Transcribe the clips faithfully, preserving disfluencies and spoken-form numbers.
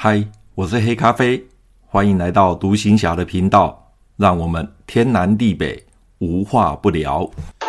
嗨，我是黑咖啡，欢迎来到独行侠的频道，让我们天南地北无话不聊。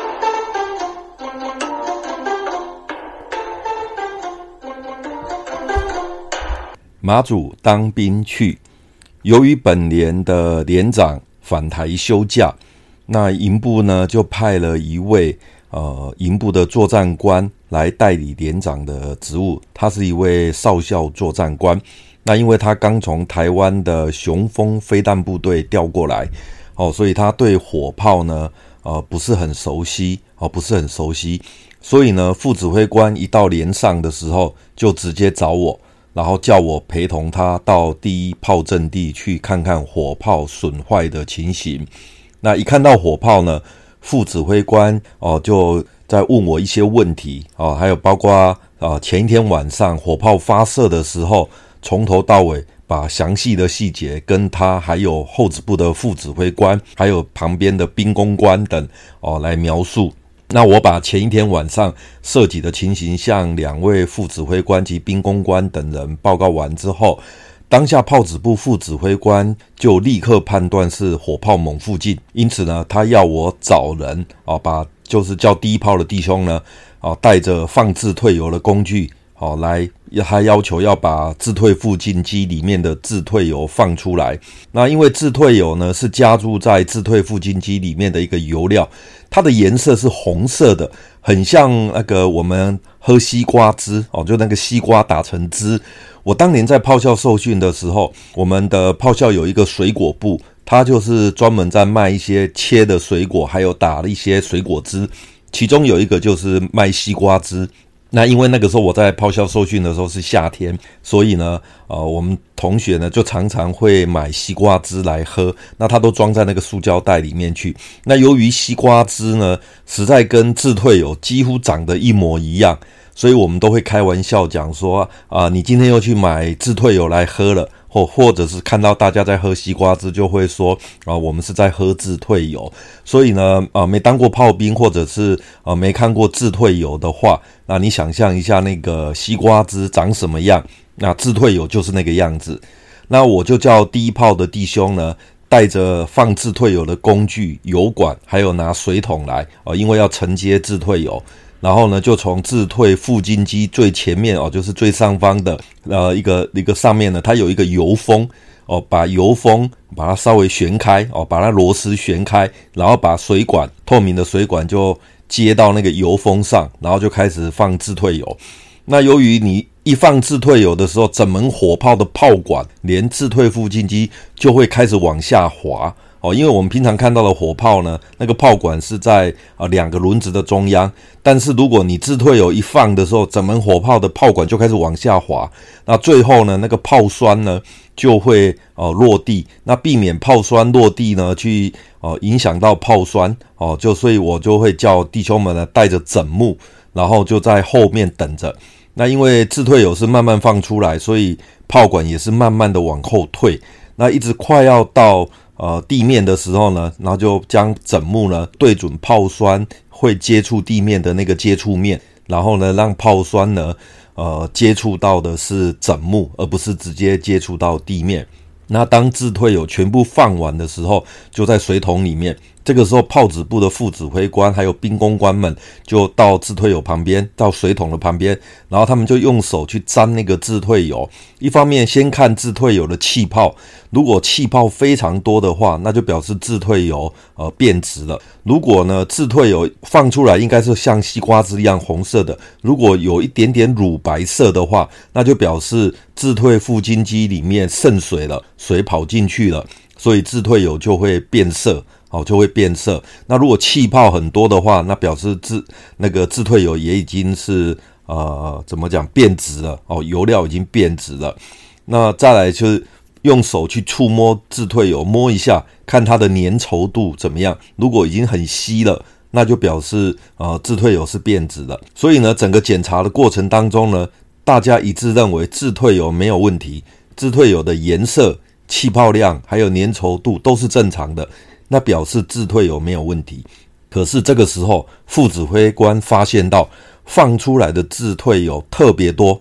马祖当兵去，由于本连的连长返台休假，那营部呢就派了一位呃营部的作战官来代理连长的职务，他是一位少校作战官。那因为他刚从台湾的雄风飞弹部队调过来，哦，所以他对火炮呢呃不是很熟悉，哦不是很熟悉，所以呢副指挥官一到连上的时候就直接找我。然后叫我陪同他到第一炮阵地去看看火炮损坏的情形。那一看到火炮呢，副指挥官哦就在问我一些问题哦，还有包括啊前一天晚上火炮发射的时候，从头到尾把详细的细节跟他还有后指部的副指挥官，还有旁边的兵工官等哦来描述。那我把前一天晚上射击的情形向两位副指挥官及兵工官等人报告完之后，当下炮指部副指挥官就立刻判断是火炮猛附近，因此呢，他要我找人啊，把就是叫第一炮的弟兄呢啊，带着放置退油的工具好来，他要求要把自退附近机里面的自退油放出来。那因为自退油呢是加注在自退附近机里面的一个油料，它的颜色是红色的，很像那个我们喝西瓜汁哦，就那个西瓜打成汁。我当年在炮校受训的时候，我们的炮校有一个水果部，它就是专门在卖一些切的水果，还有打了一些水果汁，其中有一个就是卖西瓜汁。那因为那个时候我在炮校受训的时候是夏天，所以呢呃，我们同学呢就常常会买西瓜汁来喝，那它都装在那个塑胶袋里面去。那由于西瓜汁呢实在跟自退油几乎长得一模一样，所以我们都会开玩笑讲说啊，你今天又去买自退油来喝了，或或者是看到大家在喝西瓜汁就会说啊，我们是在喝自退油。所以呢啊，没当过炮兵或者是啊没看过自退油的话，那你想象一下那个西瓜汁长什么样，那自退油就是那个样子。那我就叫第一炮的弟兄呢带着放自退油的工具、油管，还有拿水桶来哦，因为要承接自退油。然后呢，就从自退副金机最前面哦，就是最上方的呃一个一个上面呢，它有一个油封哦，把油封把它稍微旋开哦，把它螺丝旋开，然后把水管透明的水管就接到那个油封上，然后就开始放自退油。那由于你一放自退油的时候，整门火炮的炮管连自退副进机就会开始往下滑哦，因为我们平常看到的火炮呢，那个炮管是在呃两个轮子的中央，但是如果你自退油一放的时候，整门火炮的炮管就开始往下滑，那最后呢，那个炮栓呢就会呃落地，那避免炮栓落地呢去呃影响到炮栓哦，就所以我就会叫弟兄们呢带着整木，然后就在后面等着。那因为自退油是慢慢放出来，所以炮管也是慢慢的往后退，那一直快要到呃地面的时候呢，然后就将整木呢对准炮栓会接触地面的那个接触面，然后呢让炮栓呢呃接触到的是整木，而不是直接接触到地面。那当自退油全部放完的时候，就在水桶里面。这个时候炮指部的副指挥官还有兵工官们就到自退油旁边，到水桶的旁边，然后他们就用手去沾那个自退油。一方面先看自退油的气泡，如果气泡非常多的话，那就表示自退油呃变质了。如果呢自退油放出来应该是像西瓜汁一样红色的，如果有一点点乳白色的话，那就表示自退副金机里面渗水了，水跑进去了，所以自退油就会变色。哦，就会变色。那如果气泡很多的话，那表示自那个自退油也已经是呃怎么讲变质了哦，油料已经变质了。那再来就是用手去触摸自退油，摸一下看它的粘稠度怎么样。如果已经很稀了，那就表示呃自退油是变质了。所以呢，整个检查的过程当中呢，大家一致认为自退油没有问题，自退油的颜色、气泡量还有粘稠度都是正常的。那表示自退油没有问题。可是这个时候副指挥官发现到放出来的自退油特别多，比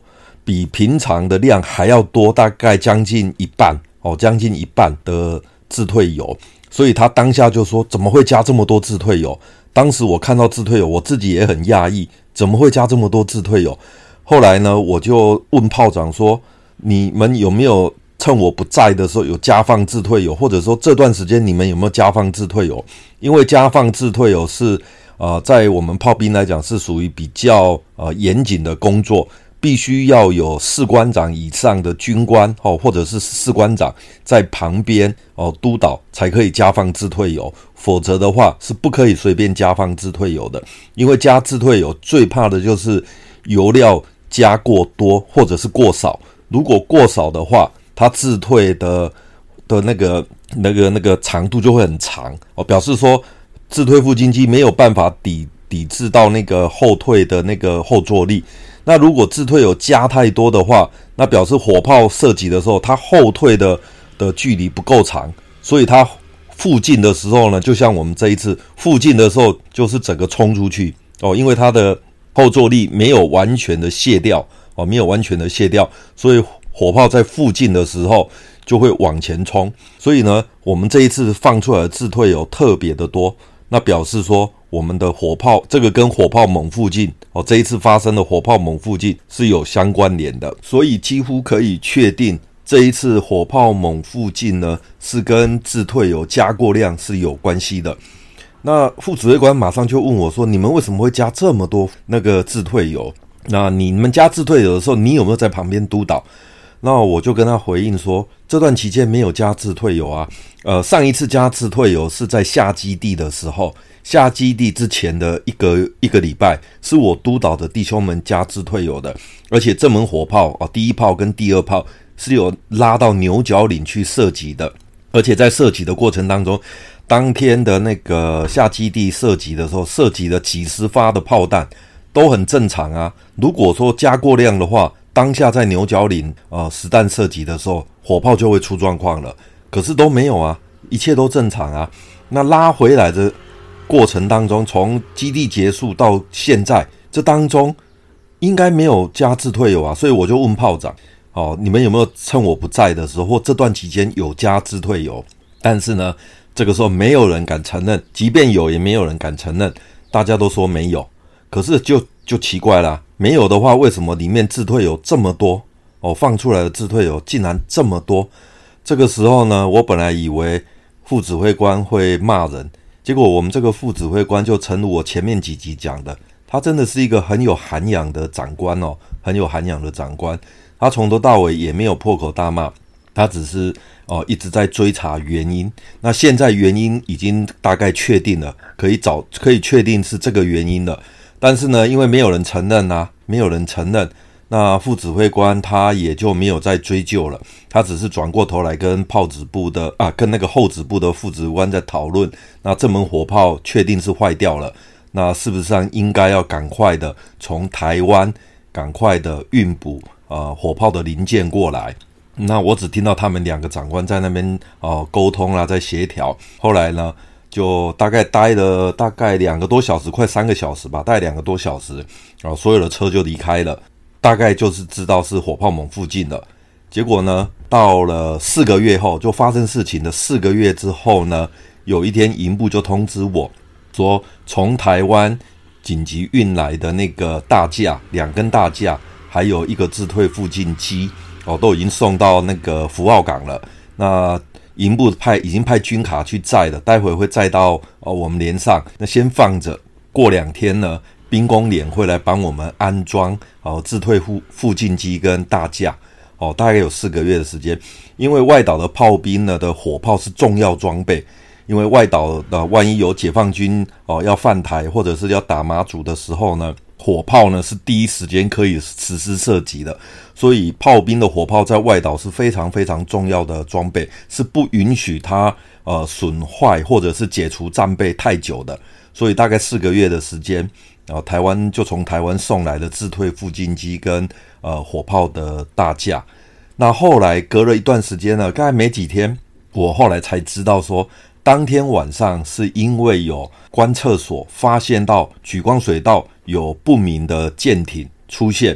比平常的量还要多，大概将近一半哦，将近一半的自退油，所以他当下就说怎么会加这么多自退油？当时我看到自退油，我自己也很讶异，怎么会加这么多自退油？后来呢，我就问炮长说，你们有没有趁我不在的时候有加放自退油，或者说这段时间你们有没有加放自退油？因为加放自退油是呃，在我们炮兵来讲是属于比较呃严谨的工作，必须要有士官长以上的军官哦，或者是士官长在旁边哦督导，才可以加放自退油，否则的话是不可以随便加放自退油的。因为加自退油最怕的就是油料加过多或者是过少，如果过少的话，它自退的的那个那个那个长度就会很长哦，表示说自退副进机没有办法抵抵制到那个后退的那个后坐力。那如果自退有加太多的话，那表示火炮射击的时候，它后退的的距离不够长，所以它附近的时候呢，就像我们这一次附近的时候，就是整个冲出去哦，因为它的后坐力没有完全的卸掉哦，没有完全的卸掉，所以火炮在附近的时候就会往前冲。所以呢，我们这一次放出来的自退油特别的多，那表示说我们的火炮这个跟火炮猛附近哦，这一次发生的火炮猛附近是有相关联的，所以几乎可以确定这一次火炮猛附近呢是跟自退油加过量是有关系的。那副指挥官马上就问我说，你们为什么会加这么多那个自退油？那你们加自退油的时候，你有没有在旁边督导？那我就跟他回应说，这段期间没有加自退油啊，呃，上一次加自退油是在下基地的时候，下基地之前的一个一个礼拜，是我督导的弟兄们加自退油的，而且这门火炮啊，第一炮跟第二炮是有拉到牛角岭去射击的，而且在射击的过程当中，当天的那个下基地射击的时候，射击了几十发的炮弹都很正常啊。如果说加过量的话，当下在牛角岭呃实弹射击的时候，火炮就会出状况了。可是都没有啊，一切都正常啊。那拉回来的过程当中，从基地结束到现在，这当中应该没有加自退油啊，所以我就问炮长，哦，你们有没有趁我不在的时候，或这段期间有加自退油？但是呢，这个时候没有人敢承认，即便有，也没有人敢承认，大家都说没有。可是就就奇怪啦，没有的话，为什么里面自退油这么多？哦，放出来的自退油竟然这么多。这个时候呢，我本来以为副指挥官会骂人，结果我们这个副指挥官就诚如我前面几集讲的，他真的是一个很有涵养的长官哦，很有涵养的长官。他从头到尾也没有破口大骂，他只是哦一直在追查原因。那现在原因已经大概确定了，可以找可以确定是这个原因了。但是呢，因为没有人承认啊，没有人承认，那副指挥官他也就没有再追究了，他只是转过头来跟炮指部的啊，跟那个后指部的副指挥官在讨论，那这门火炮确定是坏掉了，那是不是上应该要赶快的从台湾赶快的运补呃火炮的零件过来。那我只听到他们两个长官在那边呃沟通啦，在协调。后来呢，就大概待了大概两个多小时，快三个小时吧，大概两个多小时，然后所有的车就离开了，大概就是知道是火炮猛附近了。结果呢，到了四个月后，就发生事情的四个月之后呢，有一天营部就通知我说，从台湾紧急运来的那个大架，两根大架，还有一个自退附近机，哦，都已经送到那个福澳港了。那营部派已经派军卡去载了，待会会载到哦我们连上，那先放着，过两天呢，兵工连会来帮我们安装哦自退附附近机跟大架，哦大概有四个月的时间。因为外岛的炮兵呢的火炮是重要装备，因为外岛的万一有解放军哦要犯台或者是要打马祖的时候呢，火炮呢是第一时间可以实施射击的，所以炮兵的火炮在外岛是非常非常重要的装备，是不允许它呃损坏或者是解除战备太久的。所以大概四个月的时间，然后台湾就从台湾送来了自退附近机跟呃火炮的大架。那后来隔了一段时间呢，大概没几天，我后来才知道说，当天晚上是因为有观测所发现到莒光水道有不明的舰艇出现，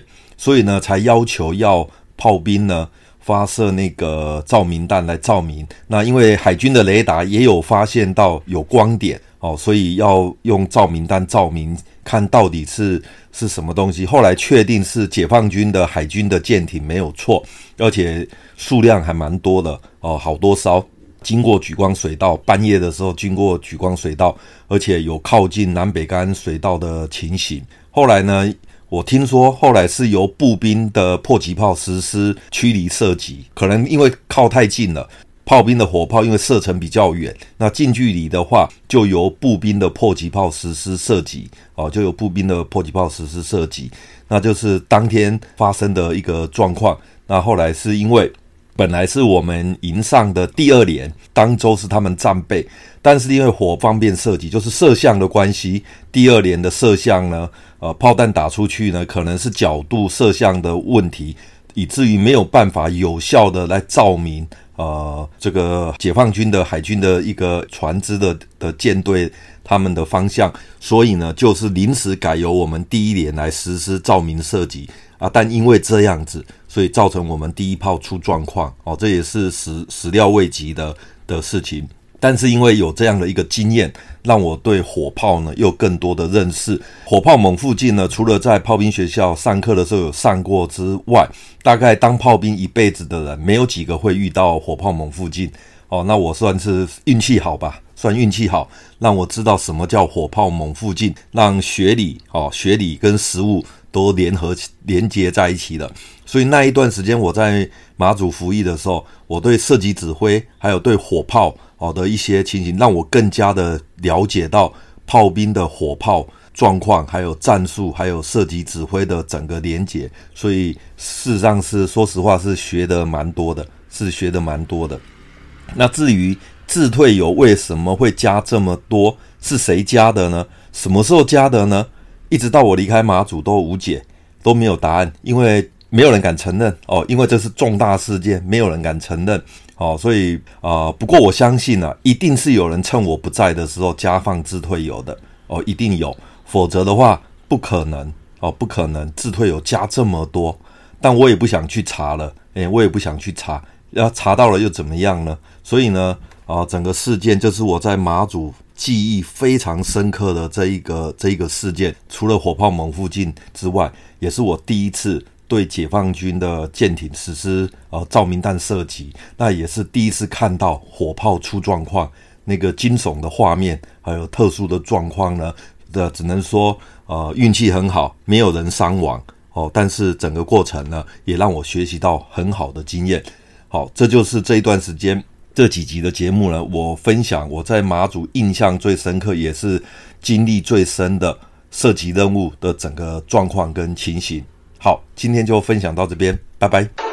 所以呢才要求要炮兵呢发射那个照明弹来照明。那因为海军的雷达也有发现到有光点哦，所以要用照明弹照明，看到底是是什么东西。后来确定是解放军的海军的舰艇没有错，而且数量还蛮多的哦，好多艘。经过莒光水道，半夜的时候经过莒光水道，而且有靠近南北干水道的情形。后来呢，我听说后来是由步兵的迫击炮实施驱离射击，可能因为靠太近了，炮兵的火炮因为射程比较远，那近距离的话就由步兵的迫击炮实施射击哦，就由步兵的迫击炮实施射击，那就是当天发生的一个状况。那后来是因为本来是我们营上的第二连，当周是他们战备，但是因为火方便射击，就是射向的关系，第二连的射向呢，呃，炮弹打出去呢，可能是角度射向的问题，以至于没有办法有效的来照明呃这个解放军的海军的一个船只的的舰队他们的方向，所以呢，就是临时改由我们第一连来实施照明射击啊，但因为这样子，所以造成我们第一炮出状况哦，这也是始始料未及的的事情。但是因为有这样的一个经验，让我对火炮呢又更多的认识。火炮猛附近呢，除了在炮兵学校上课的时候有上过之外，大概当炮兵一辈子的人，没有几个会遇到火炮猛附近哦。那我算是运气好吧，算运气好，让我知道什么叫火炮猛附近，让学理哦，学理跟实务都联合连接在一起了。所以那一段时间我在马祖服役的时候，我对射击指挥还有对火炮哦的一些情形，让我更加的了解到炮兵的火炮状况，还有战术，还有射击指挥的整个连结。所以事实上是说实话是学的蛮多的，是学的蛮多的。那至于自退油为什么会加这么多，是谁加的呢？什么时候加的呢？一直到我离开马祖都无解，都没有答案，因为没有人敢承认哦，因为这是重大事件，没有人敢承认哦，所以啊、呃，不过我相信啊，一定是有人趁我不在的时候加放自退油的哦，一定有，否则的话不可能哦，不可能自退油加这么多，但我也不想去查了，诶，我也不想去查，要查到了又怎么样呢？所以呢，啊、呃，整个事件就是我在马祖记忆非常深刻的这一个这一个事件，除了火炮猛附近之外，也是我第一次对解放军的舰艇实施呃照明弹射击，那也是第一次看到火炮出状况，那个惊悚的画面，还有特殊的状况呢，的只能说呃运气很好，没有人伤亡哦，但是整个过程呢，也让我学习到很好的经验。好，这就是这一段时间这几集的节目呢，我分享我在马祖印象最深刻，也是经历最深的射击任务的整个状况跟情形。好，今天就分享到这边，拜拜。